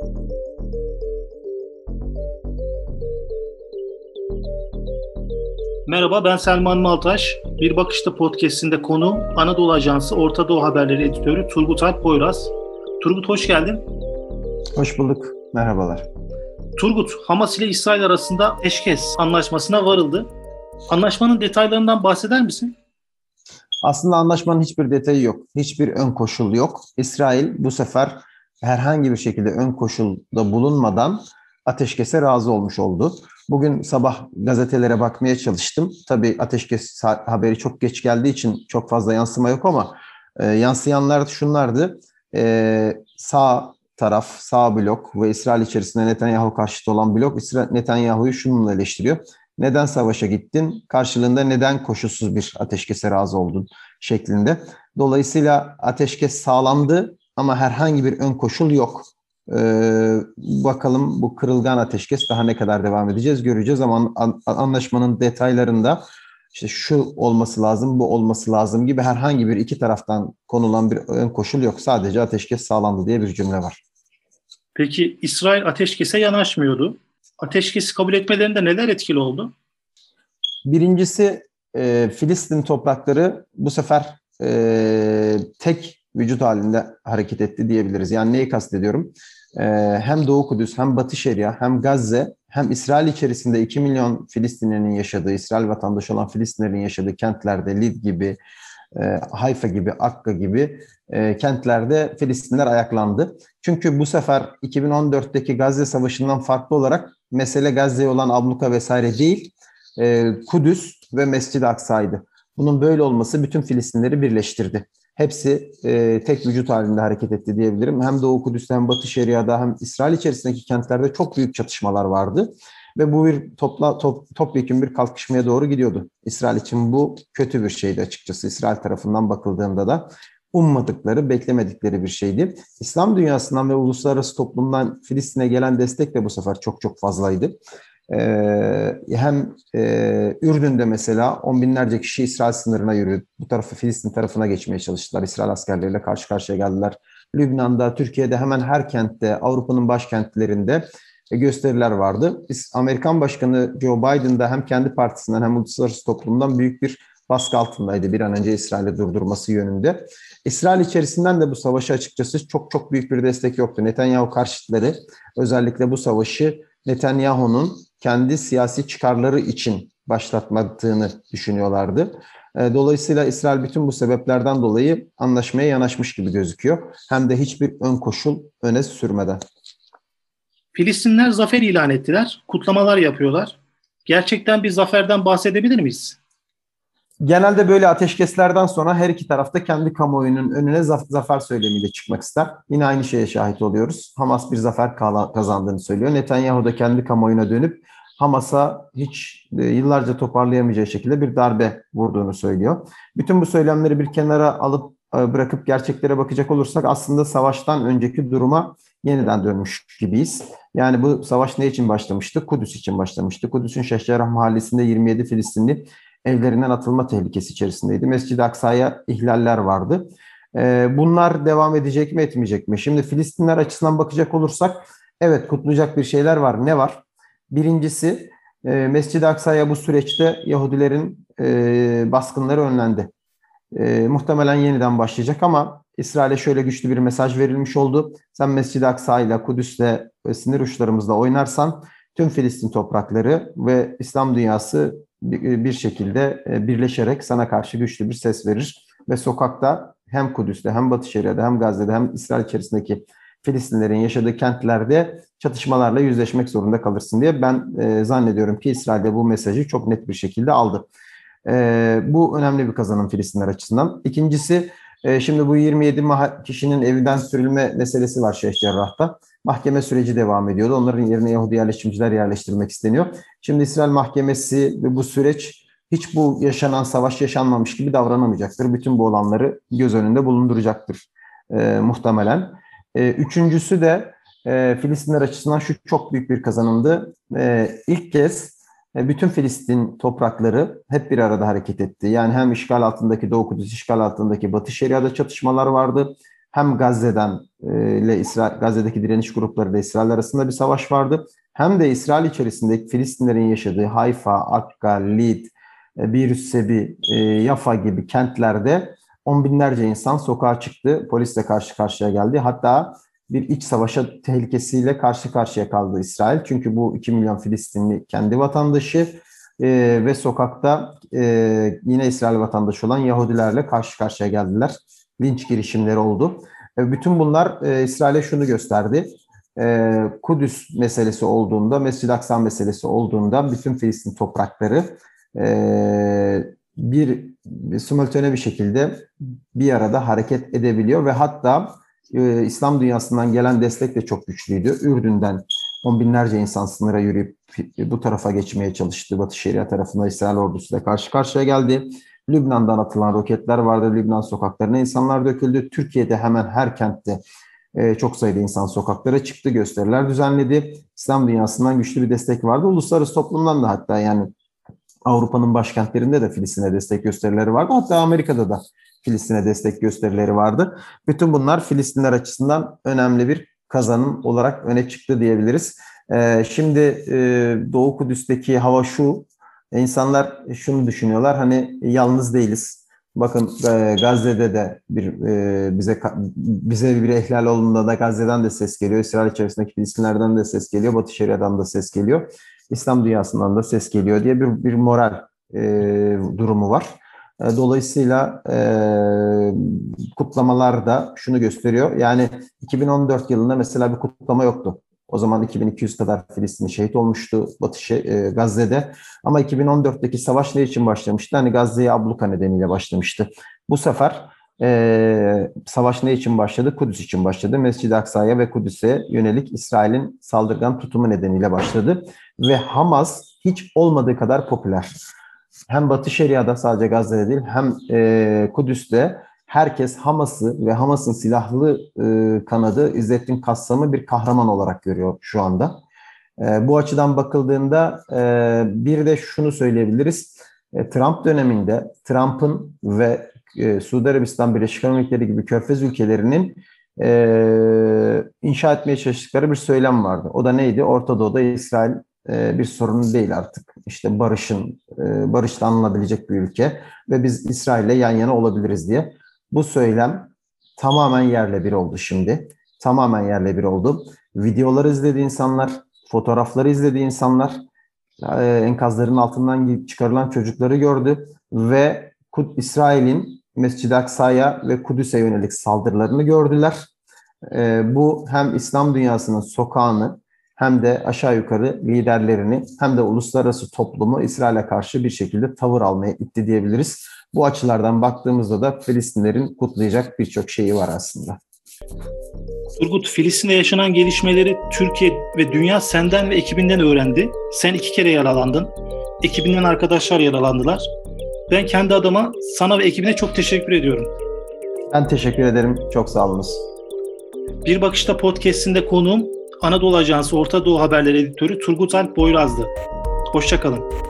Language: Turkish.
Merhaba, ben Selman Maltaş. Bir Bakışta Podcast'inde konuğum Anadolu Ajansı Orta Doğu Haberleri Editörü Turgut Alp Poyraz. Turgut, hoş geldin. Hoş bulduk, merhabalar. Turgut, Hamas ile İsrail arasında ateşkes anlaşmasına varıldı. Anlaşmanın detaylarından bahseder misin? Aslında anlaşmanın hiçbir detayı yok, hiçbir ön koşul yok. İsrail bu sefer herhangi bir şekilde ön koşulda bulunmadan ateşkese razı olmuş oldu. Bugün sabah gazetelere bakmaya çalıştım. Tabii ateşkes haberi çok geç geldiği için çok fazla yansıma yok ama yansıyanlar şunlardı. Sağ taraf, sağ blok ve İsrail içerisinde Netanyahu karşıtı olan blok Netanyahu'yu şununla eleştiriyor. Neden savaşa gittin? Karşılığında neden koşulsuz bir ateşkese razı oldun şeklinde. Dolayısıyla ateşkes sağlandı ama herhangi bir ön koşul yok. Bakalım bu kırılgan ateşkes daha ne kadar devam edeceğiz göreceğiz ama anlaşmanın detaylarında işte şu olması lazım, bu olması lazım gibi herhangi bir iki taraftan konulan bir ön koşul yok. Sadece ateşkes sağlandı diye bir cümle var. Peki İsrail ateşkese yanaşmıyordu. Ateşkesi kabul etmelerinde neler etkili oldu? Birincisi Filistin toprakları bu sefer tek vücut halinde hareket etti diyebiliriz. Yani neyi kastediyorum? Hem Doğu Kudüs, hem Batı Şeria, hem Gazze, hem İsrail içerisinde 2 milyon Filistinlilerin yaşadığı, İsrail vatandaşı olan Filistinlerin yaşadığı kentlerde Lid gibi, Hayfa gibi, Akka gibi kentlerde Filistinler ayaklandı. Çünkü bu sefer 2014'teki Gazze Savaşı'ndan farklı olarak mesele Gazze'ye olan abluka vesaire değil, Kudüs ve Mescid-i Aksa'ydı. Bunun böyle olması bütün Filistinleri birleştirdi. Hepsi tek vücut halinde hareket etti diyebilirim. Hem Doğu Kudüs'te hem Batı Şeria'da hem İsrail içerisindeki kentlerde çok büyük çatışmalar vardı. Ve bu bir topyekun bir kalkışmaya doğru gidiyordu. İsrail için bu kötü bir şeydi açıkçası. İsrail tarafından bakıldığında da ummadıkları, beklemedikleri bir şeydi. İslam dünyasından ve uluslararası toplumdan Filistin'e gelen destek de bu sefer çok çok fazlaydı. Hem Ürdün'de mesela on binlerce kişi İsrail sınırına yürüdü. Bu tarafı Filistin tarafına geçmeye çalıştılar. İsrail askerleriyle karşı karşıya geldiler. Lübnan'da, Türkiye'de hemen her kentte, Avrupa'nın başkentlerinde gösteriler vardı. Amerikan Başkanı Joe Biden da hem kendi partisinden hem uluslararası toplumdan büyük bir baskı altındaydı bir an önce İsrail'i durdurması yönünde. İsrail içerisinden de bu savaşa açıkçası çok çok büyük bir destek yoktu. Netanyahu karşıtları özellikle bu savaşı Netanyahu'nun kendi siyasi çıkarları için başlatmadığını düşünüyorlardı. Dolayısıyla İsrail bütün bu sebeplerden dolayı anlaşmaya yanaşmış gibi gözüküyor. Hem de hiçbir ön koşul öne sürmeden. Filistinler zafer ilan ettiler, kutlamalar yapıyorlar. Gerçekten bir zaferden bahsedebilir miyiz? Genelde böyle ateşkeslerden sonra her iki tarafta kendi kamuoyunun önüne zafer söylemiyle çıkmak ister. Yine aynı şeye şahit oluyoruz. Hamas bir zafer kazandığını söylüyor. Netanyahu da kendi kamuoyuna dönüp Hamas'a hiç yıllarca toparlayamayacağı şekilde bir darbe vurduğunu söylüyor. Bütün bu söylemleri bir kenara alıp bırakıp gerçeklere bakacak olursak aslında savaştan önceki duruma yeniden dönmüş gibiyiz. Yani bu savaş ne için başlamıştı? Kudüs için başlamıştı. Kudüs'ün Şeyh Cerrah mahallesinde 27 Filistinli evlerinden atılma tehlikesi içerisindeydi. Mescid-i Aksa'ya ihlaller vardı. Bunlar devam edecek mi etmeyecek mi? Şimdi Filistinler açısından bakacak olursak evet kutlayacak bir şeyler var. Ne var? Birincisi Mescid-i Aksa'ya bu süreçte Yahudilerin baskınları önlendi. Muhtemelen yeniden başlayacak ama İsrail'e şöyle güçlü bir mesaj verilmiş oldu. Sen Mescid-i Aksa ile Kudüs'le sinir uçlarımızla oynarsan tüm Filistin toprakları ve İslam dünyası bir şekilde birleşerek sana karşı güçlü bir ses verir. Ve sokakta hem Kudüs'te hem Batı Şeria'da hem Gazze'de hem İsrail içerisindeki Filistinlerin yaşadığı kentlerde çatışmalarla yüzleşmek zorunda kalırsın diye ben zannediyorum ki İsrail'de bu mesajı çok net bir şekilde aldı. Bu önemli bir kazanım Filistinler açısından. İkincisi şimdi bu 27 kişinin evinden sürülme meselesi var Şeyh Cerrah'ta. Mahkeme süreci devam ediyordu. Onların yerine Yahudi yerleşimciler yerleştirmek isteniyor. Şimdi İsrail mahkemesi ve bu süreç hiç bu yaşanan savaş yaşanmamış gibi davranamayacaktır. Bütün bu olanları göz önünde bulunduracaktır muhtemelen. Üçüncüsü de Filistinler açısından şu çok büyük bir kazanımdı. İlk kez bütün Filistin toprakları hep bir arada hareket etti. Yani hem işgal altındaki Doğu Kudüs, işgal altındaki Batı Şeria'da çatışmalar vardı. Hem Gazze'den ile Gazze'deki direniş grupları ile İsrail arasında bir savaş vardı. Hem de İsrail içerisindeki Filistinlerin yaşadığı Hayfa, Akka, Lid, Bir Sebi, Yafa gibi kentlerde on binlerce insan sokağa çıktı. Polisle karşı karşıya geldi. Hatta bir iç savaşa tehlikesiyle karşı karşıya kaldı İsrail. Çünkü bu 2 milyon Filistinli kendi vatandaşı ve sokakta yine İsrail vatandaşı olan Yahudilerle karşı karşıya geldiler. Linç girişimleri oldu. Bütün bunlar İsrail'e şunu gösterdi. Kudüs meselesi olduğunda, Mescid-i Aksa meselesi olduğunda bütün Filistin toprakları bir simultane bir şekilde bir arada hareket edebiliyor ve hatta İslam dünyasından gelen destek de çok güçlüydü. Ürdün'den on binlerce insan sınıra yürüyüp bu tarafa geçmeye çalıştı. Batı Şeria tarafında İsrail ordusuyla karşı karşıya geldi. Lübnan'dan atılan roketler vardı. Lübnan sokaklarına insanlar döküldü. Türkiye'de hemen her kentte çok sayıda insan sokaklara çıktı. Gösteriler düzenledi. İslam dünyasından güçlü bir destek vardı. Uluslararası toplumdan da hatta yani Avrupa'nın başkentlerinde de Filistin'e destek gösterileri vardı. Hatta Amerika'da da Filistin'e destek gösterileri vardı. Bütün bunlar Filistinler açısından önemli bir kazanım olarak öne çıktı diyebiliriz. Şimdi Doğu Kudüs'teki hava şu, insanlar şunu düşünüyorlar, hani yalnız değiliz. Bakın Gazze'de de bize bir ihlal olduğunda da Gazze'den de ses geliyor. İsrail içerisindeki Filistinlerden de ses geliyor. Batı Şeria'dan da ses geliyor. İslam dünyasından da ses geliyor diye bir moral durumu var. Dolayısıyla kutlamalar da şunu gösteriyor. Yani 2014 yılında mesela bir kutlama yoktu. O zaman 2200 kadar Filistinli şehit olmuştu Gazze'de. Ama 2014'teki savaş ne için başlamıştı? Hani Gazze'ye abluka nedeniyle başlamıştı. Bu sefer savaş ne için başladı? Kudüs için başladı. Mescid-i Aksa'ya ve Kudüs'e yönelik İsrail'in saldırgan tutumu nedeniyle başladı. Ve Hamas hiç olmadığı kadar popüler. Hem Batı Şeria'da, sadece Gazze'de değil, hem Kudüs'te herkes Hamas'ı ve Hamas'ın silahlı kanadı İzzettin Kassam'ı bir kahraman olarak görüyor şu anda. Bu açıdan bakıldığında bir de şunu söyleyebiliriz. Trump döneminde Trump'ın ve Suudi Arabistan, Birleşik Arap Emirlikleri gibi Körfez ülkelerinin inşa etmeye çalıştıkları bir söylem vardı. O da neydi? Orta Doğu'da İsrail bir sorun değil artık. İşte barışla anılabilecek bir ülke ve biz İsrail'le yan yana olabiliriz diye. Bu söylem tamamen yerle bir oldu şimdi. Tamamen yerle bir oldu. Videoları izledi insanlar, fotoğrafları izledi insanlar, enkazların altından çıkarılan çocukları gördü ve İsrail'in Mescid-i Aksa'ya ve Kudüs'e yönelik saldırılarını gördüler. Bu hem İslam dünyasının sokağını hem de aşağı yukarı liderlerini hem de uluslararası toplumu İsrail'e karşı bir şekilde tavır almaya itti diyebiliriz. Bu açılardan baktığımızda da Filistinlerin kutlayacak birçok şeyi var aslında. Turgut, Filistin'de yaşanan gelişmeleri Türkiye ve dünya senden ve ekibinden öğrendi. Sen 2 kere yaralandın. Ekibinden arkadaşlar yaralandılar. Ben kendi adıma sana ve ekibine çok teşekkür ediyorum. Ben teşekkür ederim. Çok sağ olunuz. Bir Bakışta podcast'inde konuğum Anadolu Ajansı Orta Doğu Haberleri Editörü Turgut Alp Boyraz'dı. Hoşça kalın.